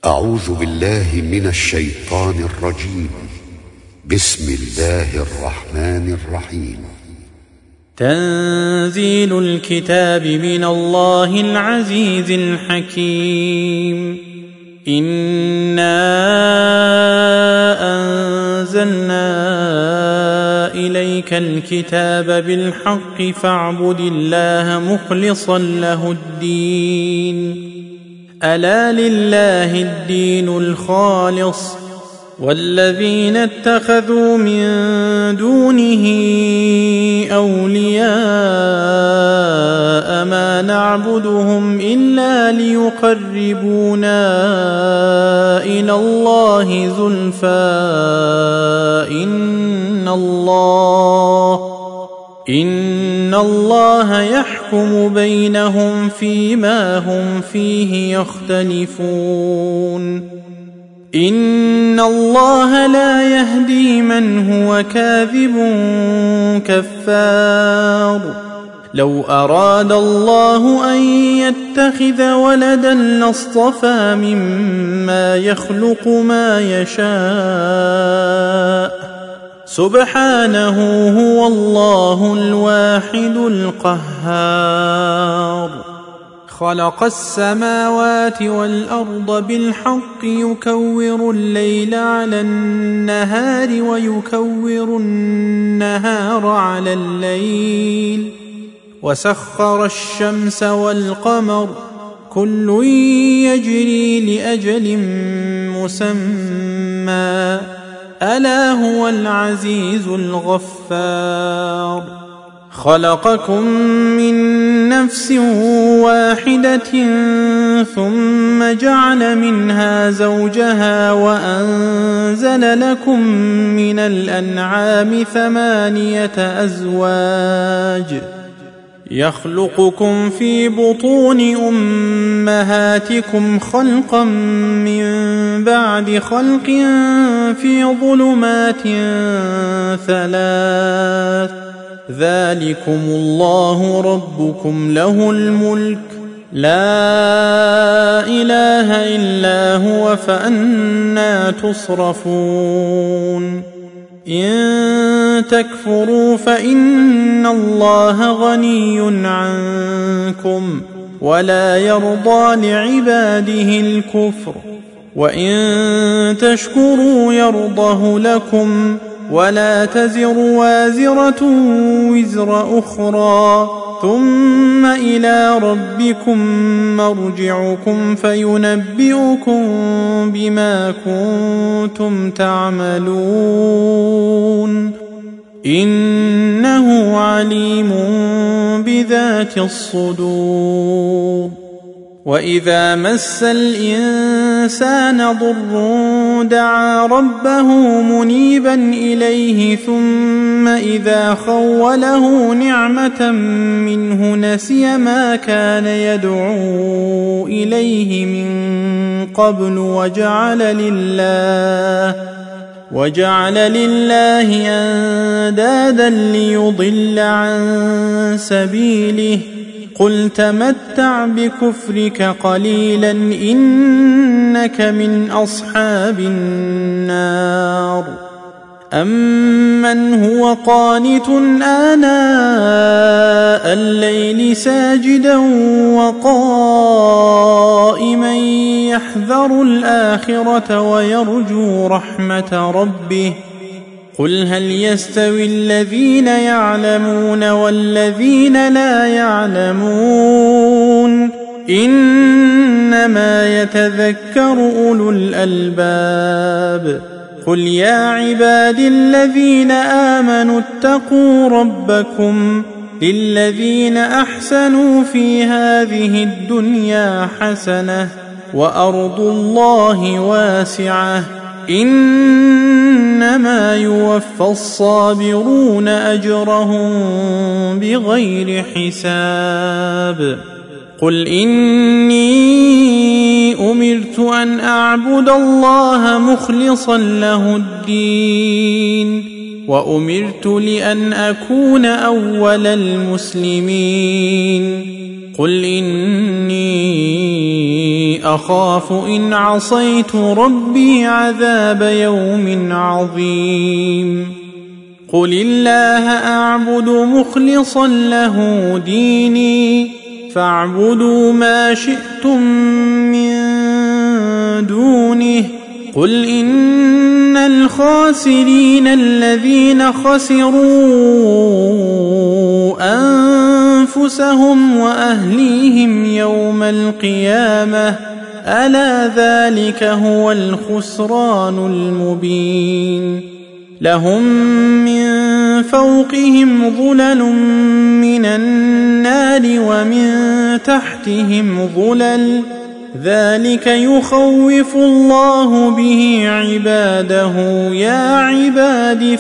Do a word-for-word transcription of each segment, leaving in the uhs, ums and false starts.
أعوذ بالله من الشيطان الرجيم. بسم الله الرحمن الرحيم. تنزيل الكتاب من الله العزيز الحكيم. إنا أنزلنا إليك الكتاب بالحق فاعبد الله مخلصا له الدين. ألا لله الدين الخالص والذين اتخذوا من دونه أولياء ما نعبدهم إلا ليقربونا إلى الله زلفى إن الله إن الله يحكم بينهم فيما هم فيه يختلفون. إن الله لا يهدي من هو كاذب كفار. لو أراد الله أن يتخذ ولدا لاصطفى مما يخلق ما يشاء سبحانه هو الله الواحد القهار. خلق السماوات والأرض بالحق يكور الليل على النهار ويكور النهار على الليل وسخر الشمس والقمر كل يجري لأجل مسمى ألا هو العزيز الغفار. خلقكم من نفس واحدة ثم جعل منها زوجها وأنزل لكم من الأنعام ثمانية أزواج يخلقكم في بطون أمهاتكم خلقا من بعد خلق في ظلمات ثلاث ذلكم الله ربكم له الملك لا إله إلا هو فأنى تصرفون. إن تكفروا فإن الله غني عنكم ولا يرضى لعباده الكفر وإن تشكروا يرضه لكم ولا تزر وازرة وزر أخرى ثم إلى ربكم مرجعكم فينبئكم بما كنتم تعملون إنه عليم بذات الصدور. وإذا مس الإنسان ضر دعا ربه منيبا إليه ثم إذا خوله نعمة منه نسي ما كان يدعو إليه من قبل وجعل لله وجعل لله أندادا ليضل عن سبيله قل تمتع بكفرك قليلا إنك من أصحاب النار. أمن هو قانت آناء الليل ساجدا وقائما يحذر الآخرة ويرجو رحمة ربه قل هل يستوي الذين يعلمون والذين لا يعلمون إنما يتذكر أولو الألباب. قل يا عبادي الذين آمنوا اتقوا ربكم للذين أحسنوا في هذه الدنيا حسنة وأرض الله واسعة إنما يوفى الصابرون أجرهم بغير حساب. قل إني أمرت أن أعبد الله مخلصا له الدين وأمرت لأن أكون أول المسلمين. قل إني أخاف إن عصيت ربي عذاب يوم عظيم قل الله أعبد مخلصا له ديني فاعبدوا ما شئتم من دونه قل إن الخاسرين الذين خسروا أنفسهم وأهليهم يوم القيامة ألا ذلك هو الخسران المبين لهم من فوقهم ظلل من النار ومن تحتهم ظلل ذلك يخوف الله به عباده يا عباد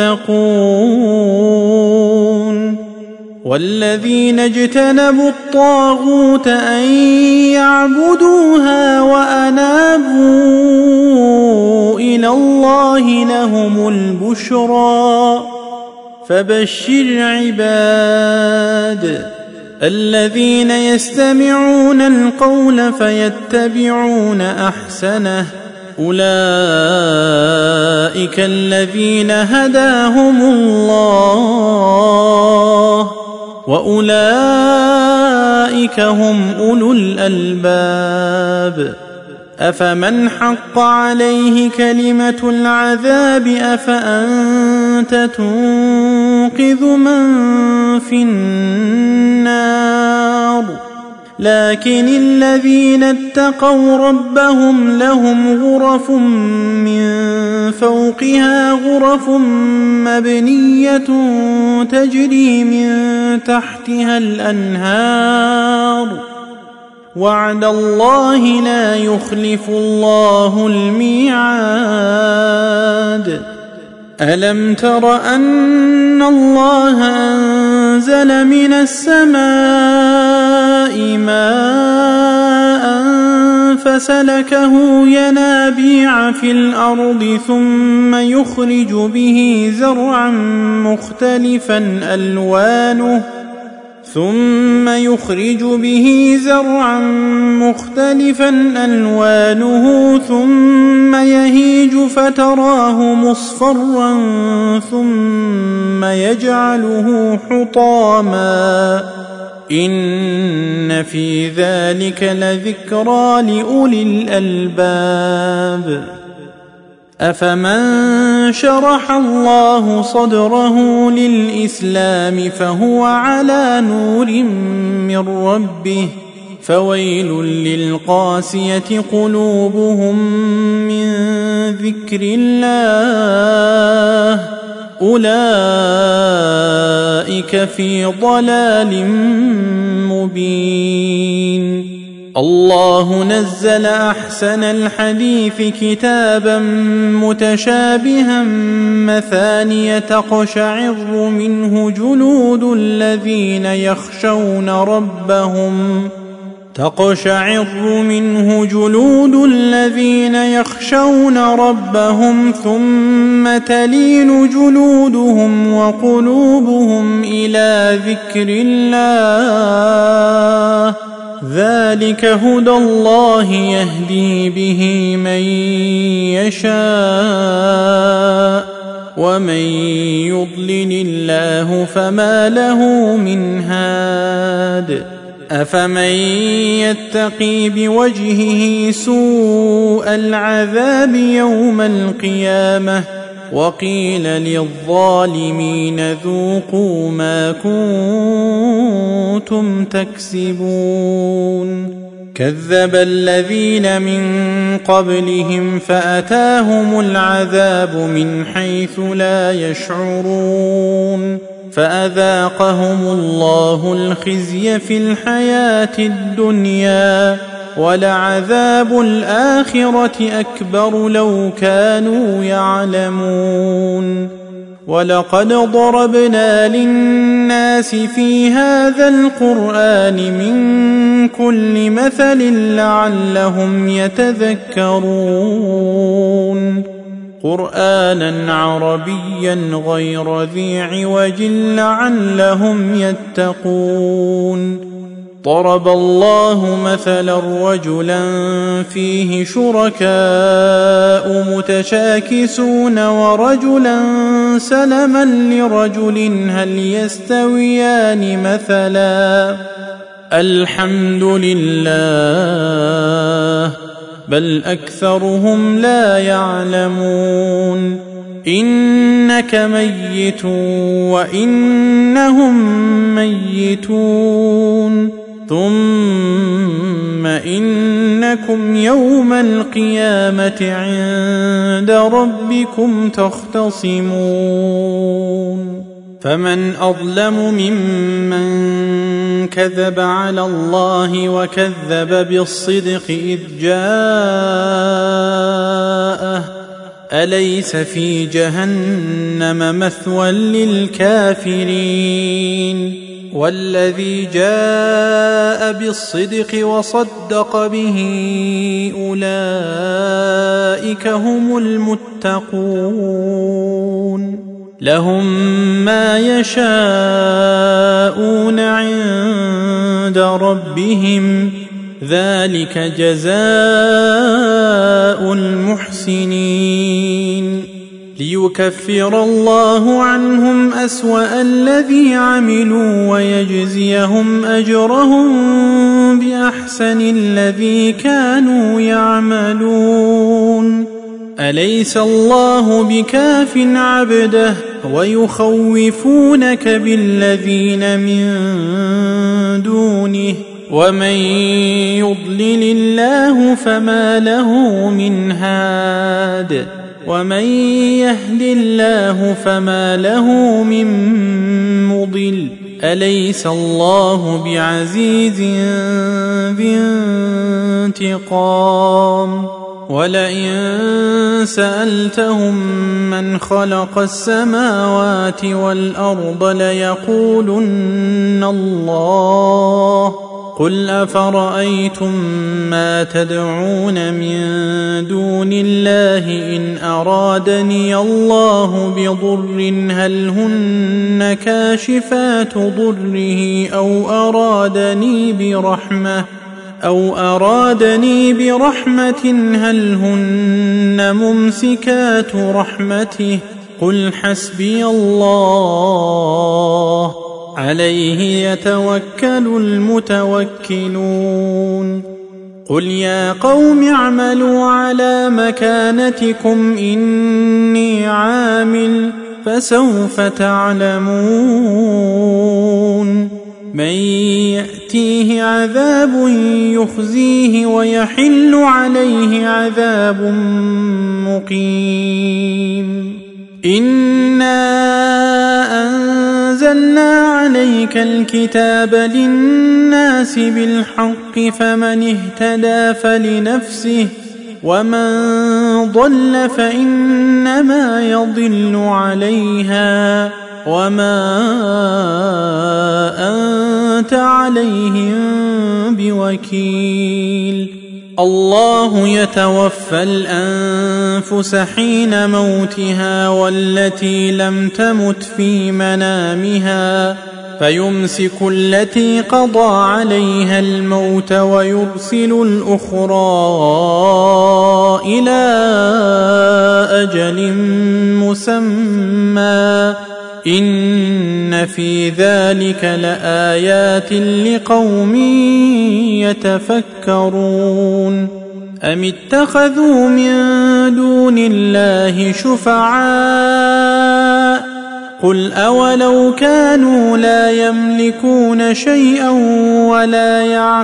فاتقون والذين اجتنبوا الطاغوت أن يعبدوها وأنابوا إلى الله لهم البشرى فبشر عباد الذين يستمعون القول فيتبعون أحسنه أولئك الذين هداهم الله وأولئك هم أولو الألباب أفمن حق عليه كلمة العذاب أفأنت تنقذ من في النار لكن الذين اتقوا ربهم لهم غرف من فوقها غرف مبنية تجري من تحتها الأنهار وعد الله لا يخلف الله الميعاد ألم تر أن الله أنزل من السماء ماء فسلكه ينابيع في الأرض ثم يخرج به زرعا مختلفا ألوانه ثم يخرج به زرعا مختلفا ألوانه ثم يهيج فتراه مصفرا ثم يجعله حطاما إن في ذلك لذكرى لأولي الألباب أفمن شرح الله صدره للإسلام فهو على نور من ربه فويل للقاسية قلوبهم من ذكر الله أولئك في ضلال مبين الله نزل أحسن الحديث كتابا متشابها مثانية تقشعر منه جلود الذين يخشون ربهم تقشعر منه جلود الذين يخشون ربهم ثم تلين جلودهم وقلوبهم إلى ذكر الله ذلك هدى الله يهدي به من يشاء ومن يضلل الله فما له من هاد أفمن يتقي بوجهه سوء العذاب يوم القيامة وقيل للظالمين ذوقوا ما كنتم تكسبون كذب الذين من قبلهم فأتاهم العذاب من حيث لا يشعرون فأذاقهم الله الخزي في الحياة الدنيا ولعذاب الآخرة أكبر لو كانوا يعلمون ولقد ضربنا للناس في هذا القرآن من كل مثل لعلهم يتذكرون قرآنا عربيا غير ذي عوج لعلهم يتقون ضرب الله مثلا رجلا فيه شركاء متشاكسون ورجلا سلما لرجل هل يستويان مثلا الحمد لله بل أكثرهم لا يعلمون إنك ميت وإنهم ميتون ثم إنكم يوم القيامة عند ربكم تختصمون فمن أظلم ممن كذب على الله وكذب بالصدق إذ جاءه أليس في جهنم مثوى للكافرين والذي جاء بالصدق وصدق به أولئك هم المتقون لهم ما يشاءون عند ربهم ذلك جزاء المحسنين ليكفر الله عنهم أسوأ الذي عملوا ويجزيهم أجرهم بأحسن الذي كانوا يعملون أليس الله بكاف عبده ويخوفونك بالذين من دونه ومن يضلل الله فما له من هاد ومن يهد الله فما له من مضل أليس الله بعزيز ذي انتقام ولئن سألتهم من خلق السماوات والأرض ليقولن الله قل أفرأيتم ما تدعون من دون الله إن أرادني الله بضر هل هن كاشفات ضره أو أرادني برحمة أو أرادني برحمة هل هن ممسكات رحمته قل حسبي الله عليه يتوكل المتوكلون قل يا قوم اعملوا على مكانتكم إني عامل فسوف تعلمون من يأتيه عذاب يخزيه ويحل عليه عذاب مقيم إنا أنزلنا عليك الكتاب للناس بالحق فمن اهتدى فلنفسه ومن ضل فإنما يضل عليها وما أنت عليهم بوكيل الله يتوفى الأنفس حين موتها والتي لم تمت في منامها فيمسك التي قضى عليها الموت ويرسل الأخرى إلى أجل مسمى إن في ذلك لآيات لقوم يتفكرون أم اتخذوا من دون الله شفعاء قل أولو كانوا لا يملكون شيئا ولا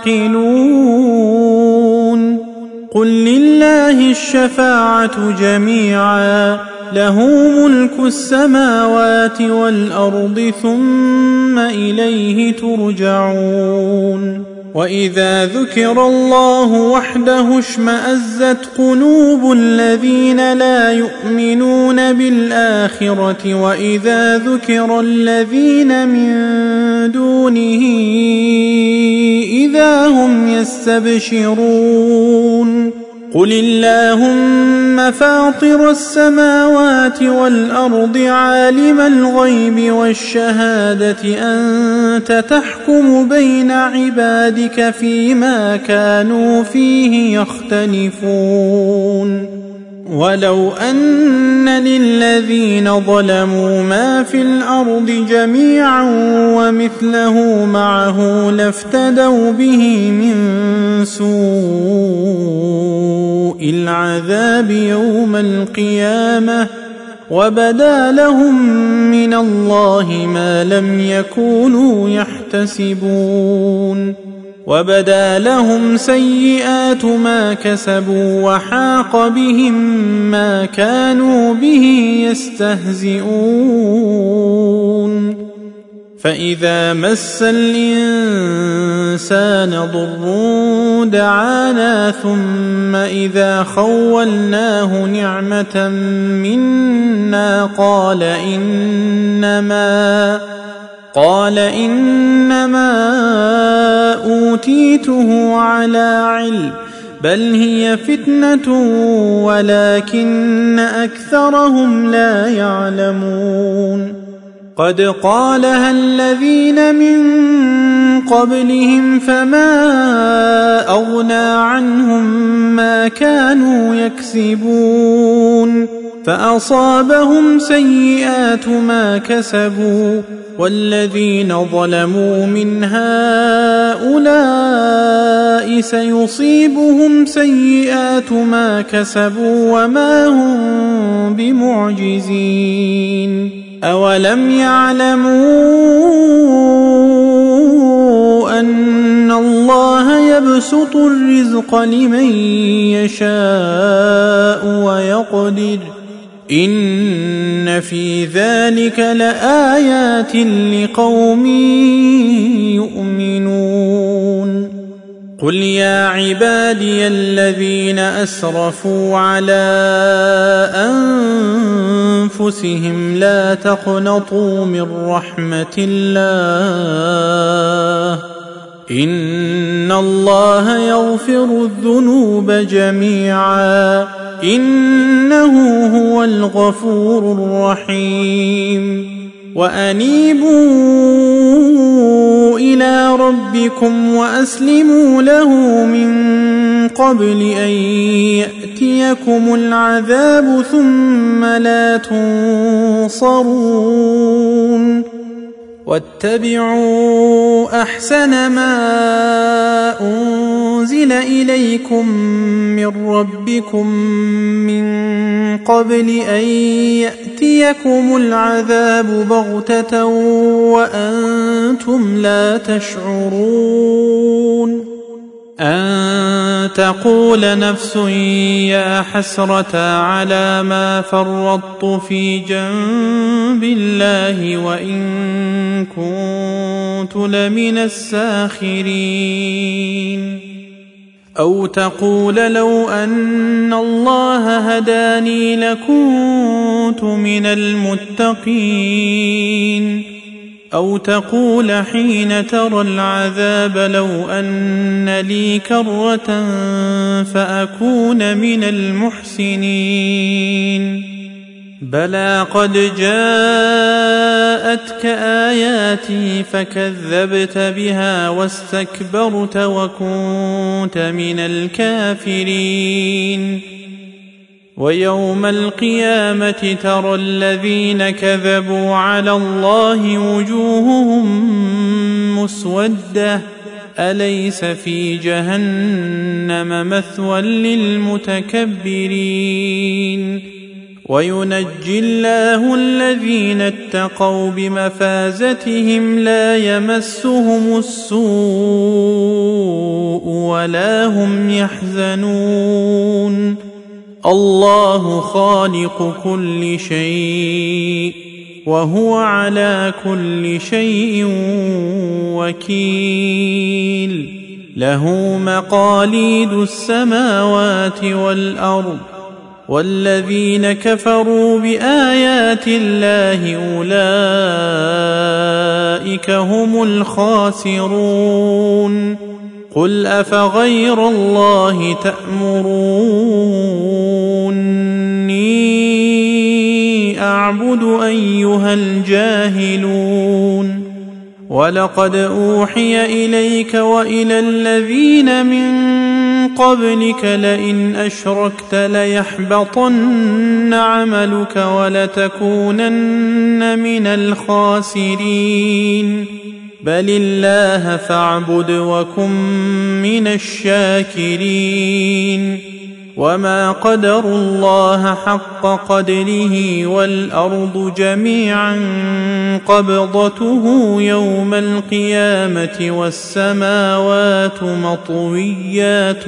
يعقلون قل لله الشفاعة جميعا له ملك السماوات والأرض ثم إليه ترجعون وإذا ذكر الله وحده اشمأزت قلوب الذين لا يؤمنون بالآخرة وإذا ذكر الذين من دونه إذا هم يستبشرون قل اللهم اللهم فاطر السماوات والأرض عالم الغيب والشهادة أنت تحكم بين عبادك فيما كانوا فيه يختلفون ولو أن للذين ظلموا ما في الأرض جميعا ومثله معه لافتدوا به من سوء العذاب يوم القيامة وبدا لهم من الله ما لم يكونوا يحتسبون وبدا لهم سيئات ما كسبوا وحاق بهم ما كانوا به يستهزئون فإذا مس الإنسان ضر دعانا ثم إذا خولناه نعمة منا قال إنما قال إنما أوتيته على علم بل هي فتنة ولكن أكثرهم لا يعلمون قد قالها الذين من قبلهم فما أغنى عنهم ما كانوا يكسبون فأصابهم سيئات ما كسبوا والذين ظلموا من هؤلاء سيصيبهم سيئات ما كسبوا وما هم بمعجزين أولم يعلموا أن الله يبسط الرزق لمن يشاء ويقدر إن في ذلك لآيات لقوم يؤمنون قل يا عبادي الذين أسرفوا على أنفسهم لا تقنطوا من رحمة الله إن الله يغفر الذنوب جميعا إنه هو الغفور الرحيم وأنيبوا إلى ربكم وأسلموا له من قبل أن يأتيكم العذاب ثم لا تنصرون واتبعوا أحسن ما أنزل إليكم من ربكم من قبل أن يأتيكم العذاب بغتة وأنتم لا تشعرون أن تقول نفس يا حسرة على ما فرطت في جنب الله وإن كنت لمن الساخرين أو تقول لو أن الله هداني لكنت من المتقين أو تقول حين ترى العذاب لو أن لي كرة فأكون من المحسنين بلى قد جاءتك آياتي فكذبت بها واستكبرت وكنت من الكافرين ويوم القيامة ترى الذين كذبوا على الله وجوههم مسودة أليس في جهنم مثوى للمتكبرين وينجي الله الذين اتقوا بمفازتهم لا يمسهم السوء ولا هم يحزنون الله خالق كل شيء وهو على كل شيء وكيل له مقاليد السماوات والأرض والذين كفروا بآيات الله أولئك هم الخاسرون قل أفغير الله تأمرون فاعبدوا أيها الجاهلون ولقد أوحي إليك وإلى الذين من قبلك لئن أشركت ليحبطن عملك ولتكونن من الخاسرين بل الله فاعبد وكن من الشاكرين وما قدروا الله حق قدره والأرض جميعا قبضته يوم القيامة والسماوات مطويات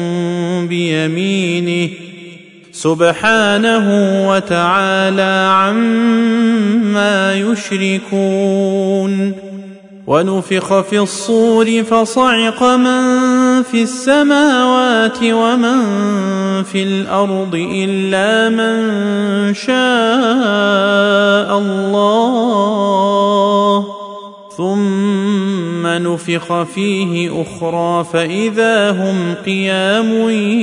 بيمينه سبحانه وتعالى عما يشركون ونفخ في الصور فصعق من في السماوات ومن في الأرض إلا من شاء الله ثم نفخ فيه أخرى فإذا هم قيام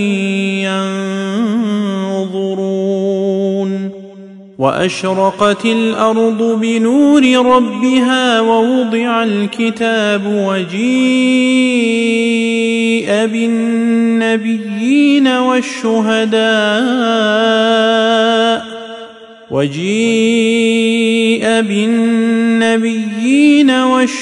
ينظرون وأشرقت الأرض بنور ربها ووضع الكتاب وجيء بالنبيين والشهداء وجيء بالنبيين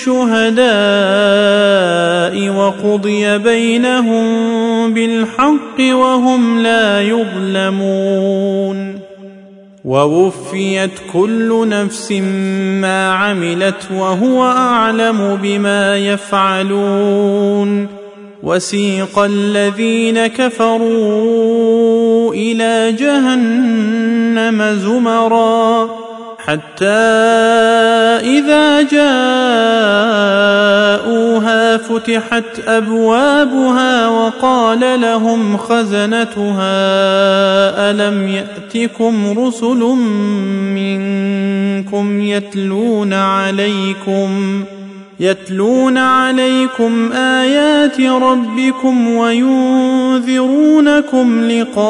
والشهداء وقضي بينهم بالحق وهم لا يظلمون ووفيت كل نفس ما عملت وهو أعلم بما يفعلون وسيق الذين كفروا إلى جهنم زمرا حتى إذا جاءوها فتحت أبوابها وقال لهم خزنتها ألم يأتكم رسل منكم يتلون عليكم يتلون عليكم آيات ربكم وينذرونكم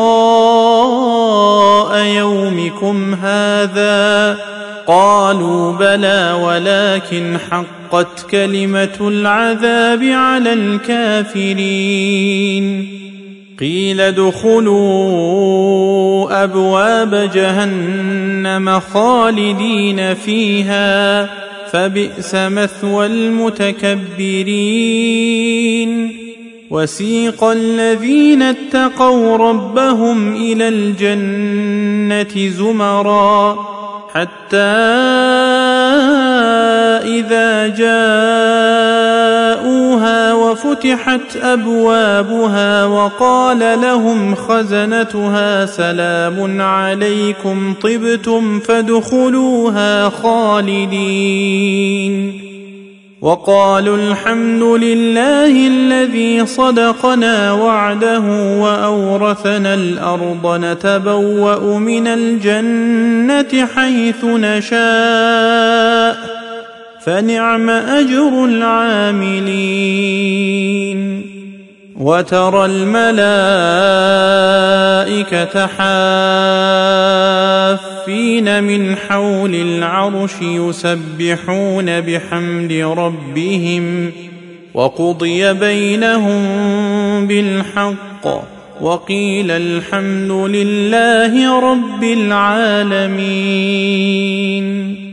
لقاء يومكم هذا قالوا بلى ولكن حقت كلمة العذاب على الكافرين قيل ادخلوا أبواب جهنم خالدين فيها فبئس مثوى المتكبرين وسيق الذين اتقوا ربهم إلى الجنة زمرا حتى إذا جاءوها وفتحت أبوابها وقال لهم خزنتها سلام عليكم طبتم فادخلوها خالدين وقالوا الحمد لله الذي صدقنا وعده وأورثنا الأرض نتبوأ من الجنة حيث نشاء فنعم أجر العاملين وترى الملائكة حافين من حول العرش يسبحون بحمد ربهم وقضي بينهم بالحق وقيل الحمد لله رب العالمين.